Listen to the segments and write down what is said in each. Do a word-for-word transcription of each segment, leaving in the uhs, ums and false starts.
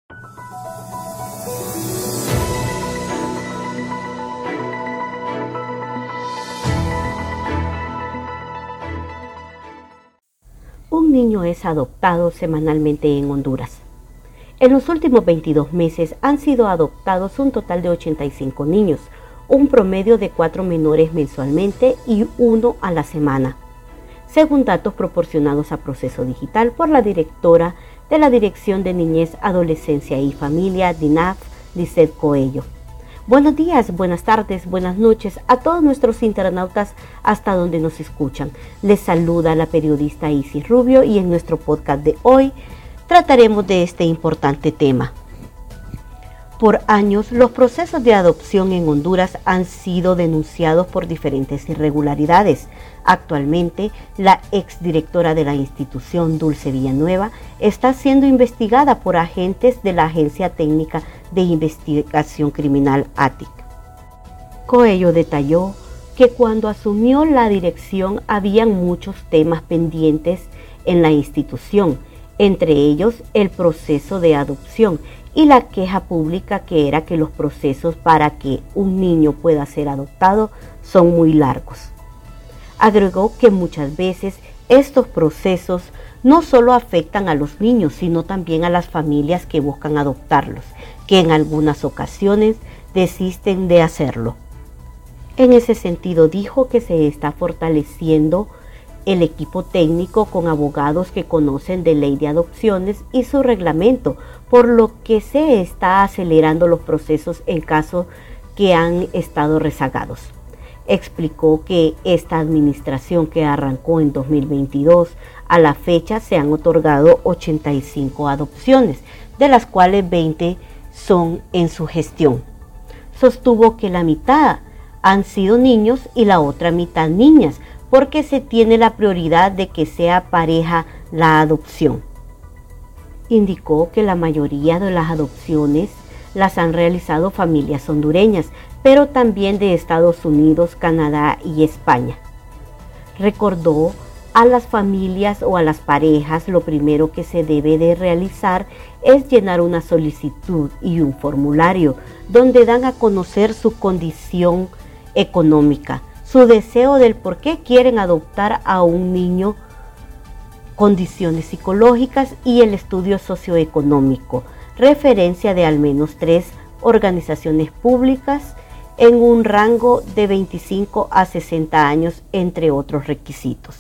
Un niño es adoptado semanalmente en Honduras. En los últimos veintidós meses han sido adoptados un total de ochenta y cinco niños, un promedio de cuatro menores mensualmente y uno a la semana, según datos proporcionados a Proceso Digital por la directora de la Dirección de Niñez, Adolescencia y Familia, D I N A F, Lisette Coello. Buenos días, buenas tardes, buenas noches a todos nuestros internautas hasta donde nos escuchan. Les saluda la periodista Isis Rubio y en nuestro podcast de hoy trataremos de este importante tema. Por años, los procesos de adopción en Honduras han sido denunciados por diferentes irregularidades. Actualmente, la exdirectora de la institución, Dulce Villanueva, está siendo investigada por agentes de la Agencia Técnica de Investigación Criminal A T I C. Coello detalló que cuando asumió la dirección habían muchos temas pendientes en la institución, entre ellos el proceso de adopción y la queja pública, que era que los procesos para que un niño pueda ser adoptado son muy largos. Agregó que muchas veces estos procesos no solo afectan a los niños, sino también a las familias que buscan adoptarlos, que en algunas ocasiones desisten de hacerlo. En ese sentido, dijo que se está fortaleciendo el equipo técnico con abogados que conocen de ley de adopciones y su reglamento, por lo que se está acelerando los procesos en caso que han estado rezagados. Explicó que esta administración, que arrancó en dos mil veintidós, a la fecha se han otorgado ochenta y cinco adopciones, de las cuales veinte son en su gestión. Sostuvo que la mitad han sido niños y la otra mitad niñas, porque se tiene la prioridad de que sea pareja la adopción. Indicó que la mayoría de las adopciones las han realizado familias hondureñas, pero también de Estados Unidos, Canadá y España. Recordó a las familias o a las parejas lo primero que se debe de realizar es llenar una solicitud y un formulario donde dan a conocer su condición económica, su deseo del por qué quieren adoptar a un niño, condiciones psicológicas y el estudio socioeconómico, referencia de al menos tres organizaciones públicas en un rango de veinticinco a sesenta años, entre otros requisitos.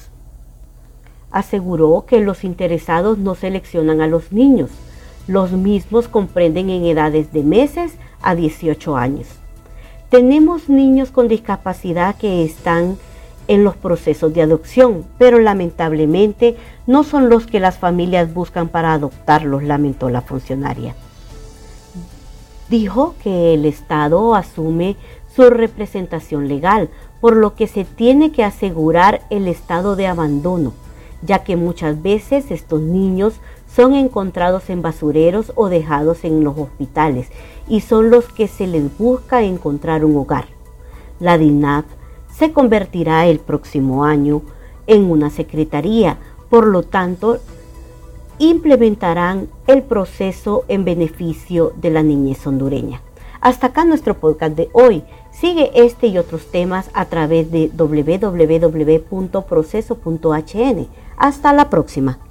Aseguró que los interesados no seleccionan a los niños, los mismos comprenden en edades de meses a dieciocho años. Tenemos niños con discapacidad que están en los procesos de adopción, pero lamentablemente no son los que las familias buscan para adoptarlos, lamentó la funcionaria. Dijo que el Estado asume su representación legal, por lo que se tiene que asegurar el estado de abandono, ya que muchas veces estos niños son encontrados en basureros o dejados en los hospitales y son los que se les busca encontrar un hogar. La D I N A F se convertirá el próximo año en una secretaría, por lo tanto, implementarán el proceso en beneficio de la niñez hondureña. Hasta acá nuestro podcast de hoy. Sigue este y otros temas a través de doble u doble u doble u punto proceso punto h n. Hasta la próxima.